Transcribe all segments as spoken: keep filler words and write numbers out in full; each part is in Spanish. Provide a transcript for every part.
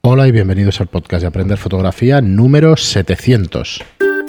Hola y bienvenidos al podcast de Aprender Fotografía número setecientos.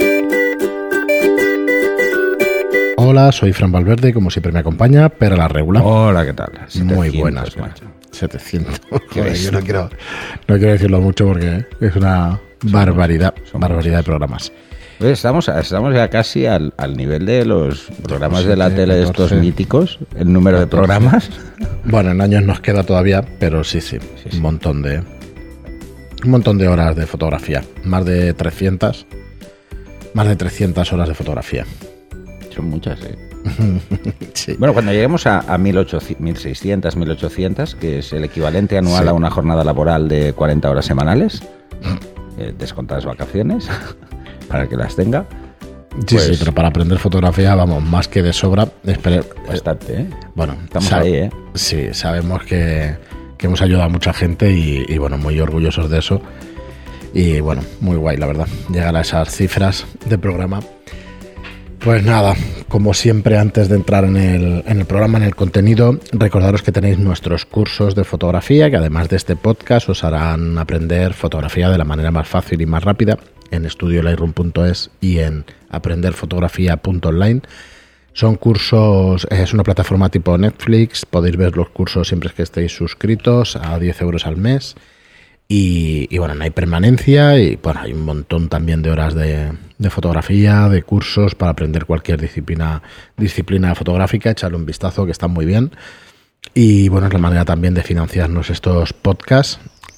Hola, soy Fran Valverde y como siempre me acompaña Pera la Regula. Hola, ¿qué tal? Muy buenas, macho. setecientos. Joder, yo no quiero, no quiero decirlo mucho porque es una barbaridad, somos, barbaridad de programas. Estamos, estamos ya casi al, al nivel de los programas de la tele de estos míticos, el número de programas. Bueno, en años nos queda todavía, pero sí, sí, sí, sí. un montón de un montón de horas de fotografía, más de trescientas, más de trescientas horas de fotografía. Son muchas, ¿eh? Sí. Bueno, cuando lleguemos a, a mil seiscientas, mil ochocientas, que es el equivalente anual sí. a una jornada laboral de cuarenta horas semanales, eh, descontadas vacaciones, para que las tenga. Sí, pues, sí, pero para aprender fotografía, vamos, más que de sobra. Espere, bastante, ¿eh? Bueno, estamos sab- ahí, ¿eh? Sí, sabemos que, que hemos ayudado a mucha gente y, y, bueno, muy orgullosos de eso. Y, bueno, muy guay, la verdad, llegar a esas cifras de programa. Pues nada, como siempre, antes de entrar en el, en el programa, en el contenido, recordaros que tenéis nuestros cursos de fotografía, que además de este podcast os harán aprender fotografía de la manera más fácil y más rápida en estudio lightroom punto es y en aprender fotografía punto online. Son cursos, es una plataforma tipo Netflix, podéis ver los cursos siempre que estéis suscritos a diez euros al mes. Y, y bueno, no hay permanencia y bueno, hay un montón también de horas de, de fotografía, de cursos para aprender cualquier disciplina, disciplina fotográfica. Echarle un vistazo, que están muy bien. Y bueno, es la manera también de financiarnos estos podcasts.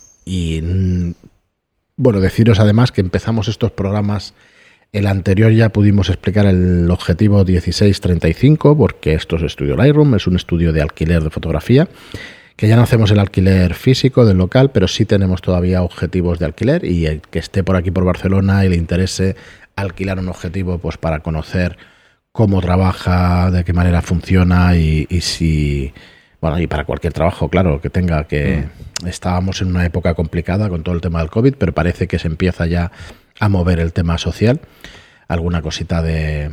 Y bueno, deciros además que empezamos estos programas. El anterior ya pudimos explicar el objetivo dieciséis treinta y cinco, porque esto es Estudio Lightroom, es un estudio de alquiler de fotografía. Que ya no hacemos el alquiler físico del local, pero sí tenemos todavía objetivos de alquiler, y el que esté por aquí por Barcelona y le interese alquilar un objetivo pues para conocer cómo trabaja, de qué manera funciona y, y si, bueno, y para cualquier trabajo, claro, que tenga, que mm. estábamos en una época complicada con todo el tema del COVID, pero parece que se empieza ya a mover el tema social, alguna cosita de...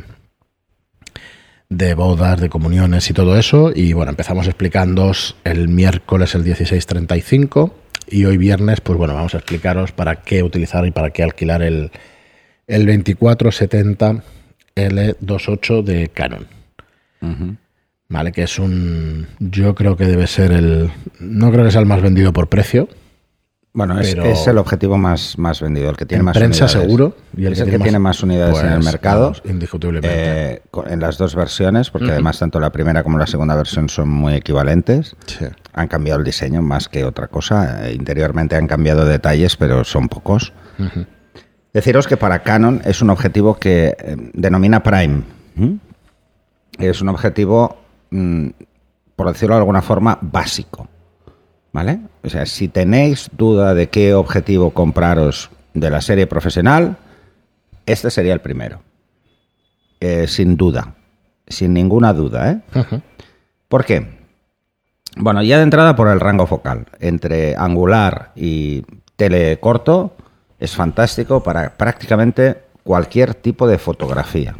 de bodas, de comuniones y todo eso. Y bueno, empezamos explicándoos el miércoles el dieciséis treinta y cinco y hoy viernes, pues bueno, vamos a explicaros para qué utilizar y para qué alquilar el, el veinticuatro setenta L veintiocho de Canon. Uh-huh. Vale, que es un... yo creo que debe ser el... no creo que sea el más vendido por precio. Bueno, es, es el objetivo más, más vendido, el que tiene en más prensa unidades. Seguro. Y el es que el que más, tiene más unidades pues, en el mercado. Vamos, indiscutiblemente. Eh, en las dos versiones, porque uh-huh. además tanto la primera como la segunda versión son muy equivalentes. Sí. Han cambiado el diseño más que otra cosa. Eh, interiormente han cambiado detalles, pero son pocos. Uh-huh. Deciros que para Canon es un objetivo que eh, denomina Prime. ¿Mm? Es un objetivo, mm, por decirlo de alguna forma, básico. ¿Vale? O sea, si tenéis duda de qué objetivo compraros de la serie profesional, este sería el primero. Eh, sin duda. Sin ninguna duda, ¿eh? Uh-huh. ¿Por qué? Bueno, ya de entrada por el rango focal. Entre angular y telecorto es fantástico para prácticamente cualquier tipo de fotografía.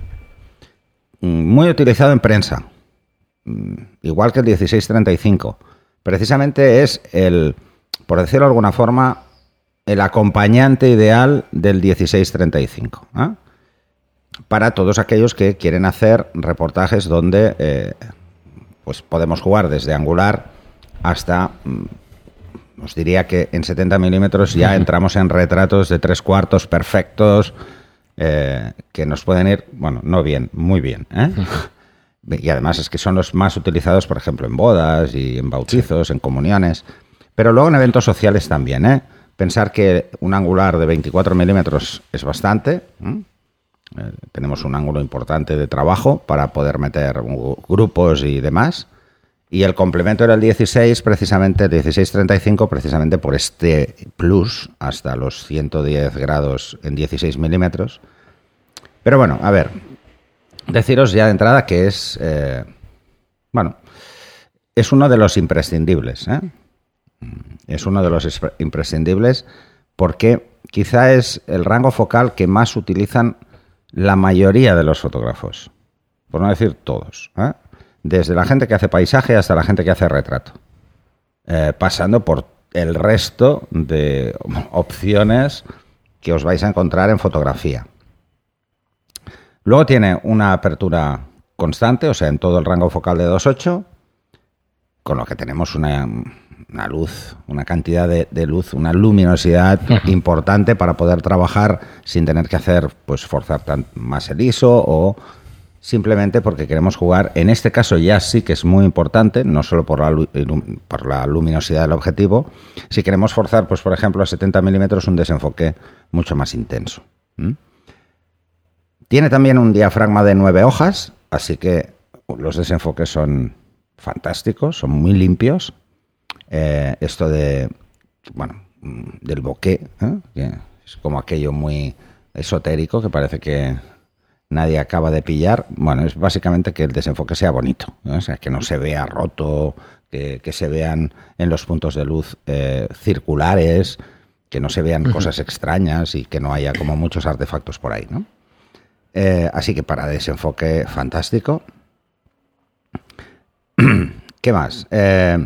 Muy utilizado en prensa. Igual que el dieciséis treinta y cinco. Precisamente es el, por decirlo de alguna forma, el acompañante ideal del dieciséis treinta y cinco, ¿eh? Para todos aquellos que quieren hacer reportajes donde eh, pues podemos jugar desde angular hasta, os diría que en setenta milímetros ya entramos en retratos de tres cuartos perfectos eh, que nos pueden ir, bueno, no bien, muy bien, ¿eh? Y además es que son los más utilizados, por ejemplo, en bodas y en bautizos, sí. en comuniones. Pero luego en eventos sociales también, ¿eh? Pensar que un angular de veinticuatro milímetros es bastante. ¿eh? Eh, tenemos un ángulo importante de trabajo para poder meter grupos y demás. Y el complemento era el dieciséis, precisamente, el dieciséis treinta y cinco, precisamente por este plus, hasta los ciento diez grados en dieciséis milímetros. Pero bueno, a ver... deciros ya de entrada que es, eh, bueno, es uno de los imprescindibles, ¿eh? Es uno de los imprescindibles porque quizá es el rango focal que más utilizan la mayoría de los fotógrafos, por no decir todos, ¿eh? Desde la gente que hace paisaje hasta la gente que hace retrato, eh, pasando por el resto de opciones que os vais a encontrar en fotografía. Luego tiene una apertura constante, o sea, en todo el rango focal de dos punto ocho, con lo que tenemos una, una luz, una cantidad de, de luz, una luminosidad importante para poder trabajar sin tener que hacer, pues, forzar tan, más el I S O o simplemente porque queremos jugar. En este caso ya sí que es muy importante, no solo por la, por la luminosidad del objetivo, si queremos forzar, pues, por ejemplo, a setenta milímetros un desenfoque mucho más intenso. ¿Mm? Tiene también un diafragma de nueve hojas, así que los desenfoques son fantásticos, son muy limpios. Eh, esto de, bueno, del bokeh, ¿eh? Que es como aquello muy esotérico que parece que nadie acaba de pillar. Bueno, es básicamente que el desenfoque sea bonito, ¿no? O sea, que no se vea roto, que, que se vean en los puntos de luz eh, circulares, que no se vean uh-huh. cosas extrañas y que no haya como muchos artefactos por ahí, ¿no? Eh, así que para desenfoque, fantástico. ¿Qué más? Eh,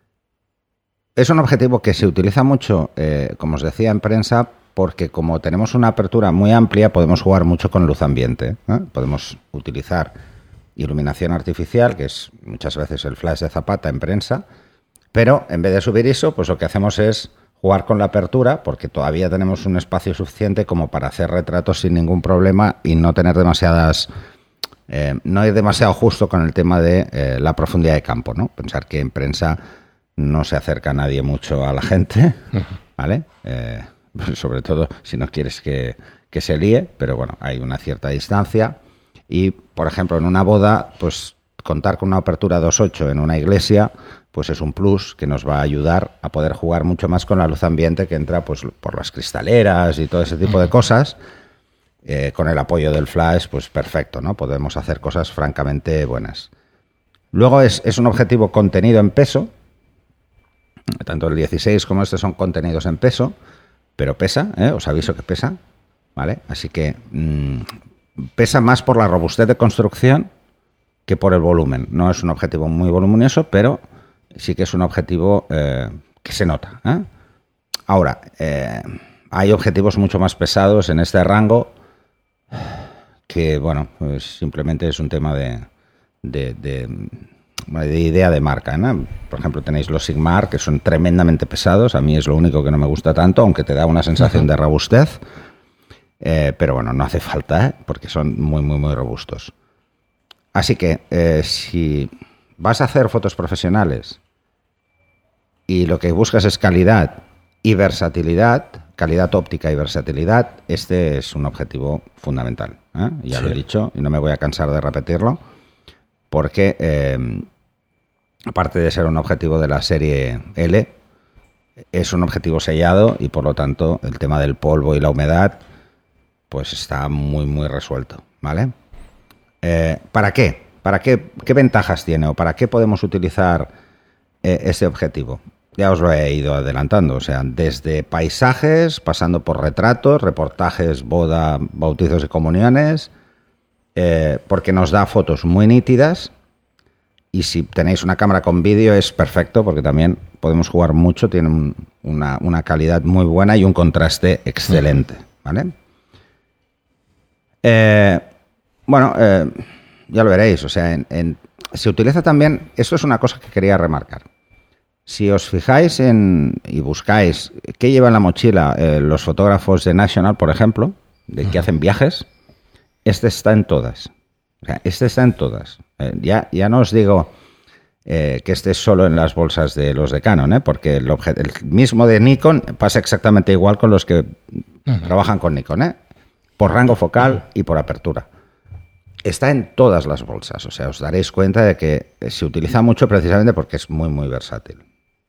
es un objetivo que se utiliza mucho, eh, como os decía, en prensa, porque como tenemos una apertura muy amplia, podemos jugar mucho con luz ambiente, ¿eh? Podemos utilizar iluminación artificial, que es muchas veces el flash de Zapata en prensa, pero en vez de subir I S O, pues lo que hacemos es jugar con la apertura, porque todavía tenemos un espacio suficiente como para hacer retratos sin ningún problema y no tener demasiadas... Eh, no ir demasiado justo con el tema de eh, la profundidad de campo, ¿no? Pensar que en prensa no se acerca nadie mucho a la gente, ¿vale? Eh, sobre todo si no quieres que, que se líe, pero bueno, hay una cierta distancia. Y, por ejemplo, en una boda, pues contar con una apertura dos punto ocho en una iglesia, pues es un plus que nos va a ayudar a poder jugar mucho más con la luz ambiente que entra, pues, por las cristaleras y todo ese tipo de cosas. Eh, con el apoyo del flash, pues perfecto, ¿no? Podemos hacer cosas francamente buenas. Luego es, es un objetivo contenido en peso. Tanto el dieciséis como este son contenidos en peso, pero pesa, ¿eh? Os aviso que pesa, ¿vale? Así que mmm, pesa más por la robustez de construcción que por el volumen. No es un objetivo muy voluminoso, pero sí que es un objetivo eh, que se nota, ¿eh? Ahora, eh, hay objetivos mucho más pesados en este rango que, bueno, pues simplemente es un tema de, de, de, de idea de marca, ¿no? Por ejemplo, tenéis los Sigmar, que son tremendamente pesados. A mí es lo único que no me gusta tanto, aunque te da una sensación uh-huh. de robustez. Eh, pero bueno, no hace falta, ¿eh? Porque son muy, muy, muy robustos. Así que eh, si vas a hacer fotos profesionales y lo que buscas es calidad y versatilidad, calidad óptica y versatilidad, este es un objetivo fundamental, ¿eh? Ya sí. Lo he dicho y no me voy a cansar de repetirlo, porque eh, aparte de ser un objetivo de la serie L, es un objetivo sellado y por lo tanto el tema del polvo y la humedad pues está muy muy resuelto, ¿vale? Eh, ¿Para qué? ¿Para qué? ¿Qué ventajas tiene o para qué podemos utilizar eh, este objetivo? Ya os lo he ido adelantando, o sea, desde paisajes, pasando por retratos, reportajes, boda, bautizos y comuniones, eh, porque nos da fotos muy nítidas y si tenéis una cámara con vídeo es perfecto porque también podemos jugar mucho, tiene un, una, una calidad muy buena y un contraste excelente, ¿vale? Eh, bueno, eh, ya lo veréis, o sea, en, en, se utiliza también, esto es una cosa que quería remarcar. Si os fijáis en y buscáis qué lleva en la mochila eh, los fotógrafos de National, por ejemplo, de que hacen viajes, este está en todas. O sea, este está en todas. Eh, ya, ya no os digo eh, que esté solo en las bolsas de los de Canon, ¿eh? Porque el, objeto, el mismo de Nikon pasa exactamente igual con los que uh-huh. trabajan con Nikon, ¿eh? Por rango focal uh-huh. y por apertura. Está en todas las bolsas. O sea, os daréis cuenta de que se utiliza mucho precisamente porque es muy, muy versátil.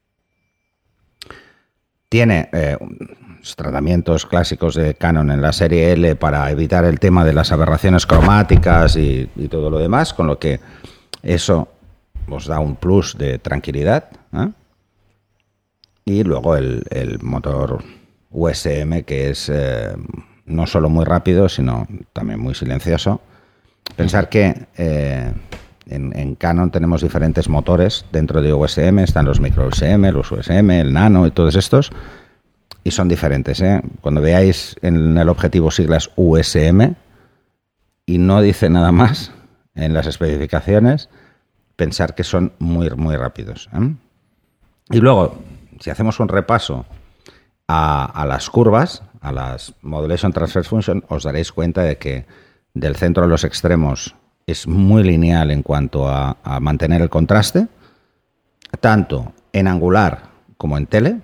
Tiene eh, tratamientos clásicos de Canon en la serie L para evitar el tema de las aberraciones cromáticas y, y todo lo demás, con lo que eso os da un plus de tranquilidad, ¿eh? Y luego el, el motor U S M, que es eh, no solo muy rápido, sino también muy silencioso. Pensar que eh, en, en Canon tenemos diferentes motores dentro de U S M, están los micro U S M, los U S M, el nano y todos estos, y son diferentes, ¿eh? Cuando veáis en el objetivo siglas U S M y no dice nada más en las especificaciones, pensar que son muy, muy rápidos, ¿eh? Y luego, si hacemos un repaso a, a las curvas, a las Modulation Transfer Function, os daréis cuenta de que del centro a los extremos es muy lineal en cuanto a, a mantener el contraste, tanto en angular como en tele.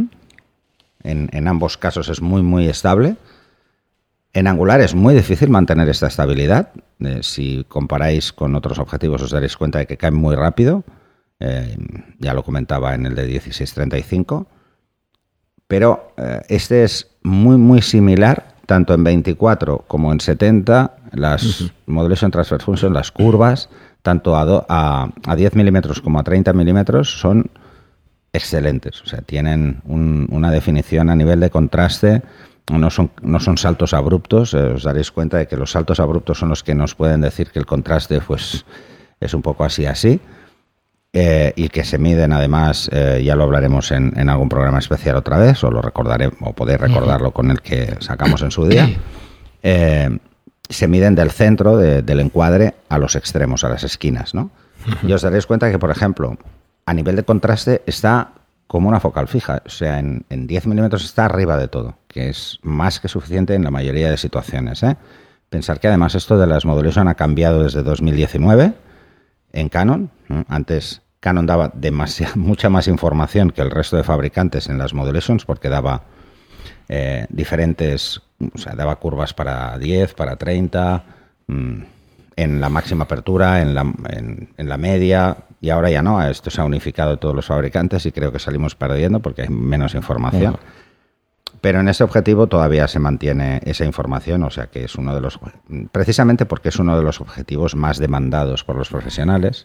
En, en ambos casos es muy, muy estable. En angular es muy difícil mantener esta estabilidad. Eh, si comparáis con otros objetivos os daréis cuenta de que caen muy rápido. Eh, ya lo comentaba en el de dieciséis treinta y cinco. Pero eh, este es muy, muy similar, tanto en veinticuatro como en setenta, las uh-huh. Modulation Transfer Function, las curvas, tanto a, do, a, a diez milímetros como a treinta milímetros, son excelentes. O sea, tienen un, una definición a nivel de contraste, no son, no son saltos abruptos. Eh, os daréis cuenta de que los saltos abruptos son los que nos pueden decir que el contraste pues, es un poco así, así. Eh, y que se miden además, eh, ya lo hablaremos en, en algún programa especial otra vez, o lo recordaré, o podéis recordarlo con el que sacamos en su día. Eh, se miden del centro de, del encuadre a los extremos, a las esquinas, ¿no? Y os daréis cuenta que, por ejemplo, a nivel de contraste está como una focal fija, o sea, en, en diez milímetros está arriba de todo, que es más que suficiente en la mayoría de situaciones, ¿eh? Pensar que además esto de las Modulation ha cambiado desde dos mil diecinueve en Canon. Antes Canon daba demasiada, mucha más información que el resto de fabricantes en las Modulations, porque daba eh, diferentes, o sea, daba curvas para diez, para treinta, mmm, en la máxima apertura, en la, en, en la media, y ahora ya no. Esto se ha unificado todos los fabricantes y creo que salimos perdiendo porque hay menos información. Uh-huh. Pero en ese objetivo todavía se mantiene esa información, o sea que es uno de los, precisamente porque es uno de los objetivos más demandados por los profesionales,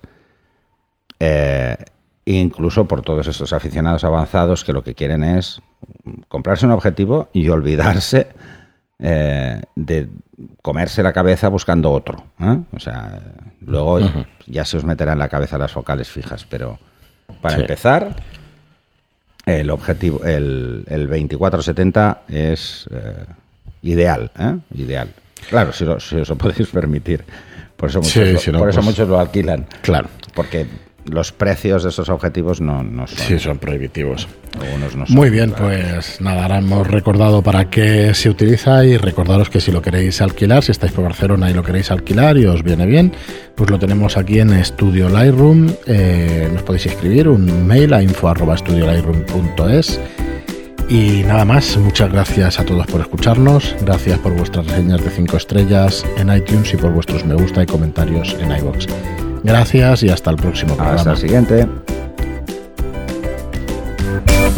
eh, incluso por todos estos aficionados avanzados que lo que quieren es comprarse un objetivo y olvidarse eh, de comerse la cabeza buscando otro, ¿eh? O sea, luego uh-huh. ya se os meterá en la cabeza las focales fijas, pero para sí. empezar, el objetivo, el, el veinticuatro setenta es eh, ideal, ¿eh? Ideal. Claro, si, lo, si os lo podéis permitir. Por eso muchos, sí, lo, si no, por eso pues, muchos lo alquilan. Claro. Porque los precios de esos objetivos no, no son... Sí, son prohibitivos. Algunos no son. Muy bien, claro. Pues nada, ahora hemos recordado para qué se utiliza y recordaros que si lo queréis alquilar, si estáis por Barcelona y lo queréis alquilar y os viene bien, pues lo tenemos aquí en Studio Lightroom. Eh, nos podéis escribir un mail a info arroba studio lightroom punto es. Y nada más, muchas gracias a todos por escucharnos, gracias por vuestras reseñas de cinco estrellas en iTunes y por vuestros me gusta y comentarios en iVoox. Gracias y hasta el próximo programa. Hasta el siguiente.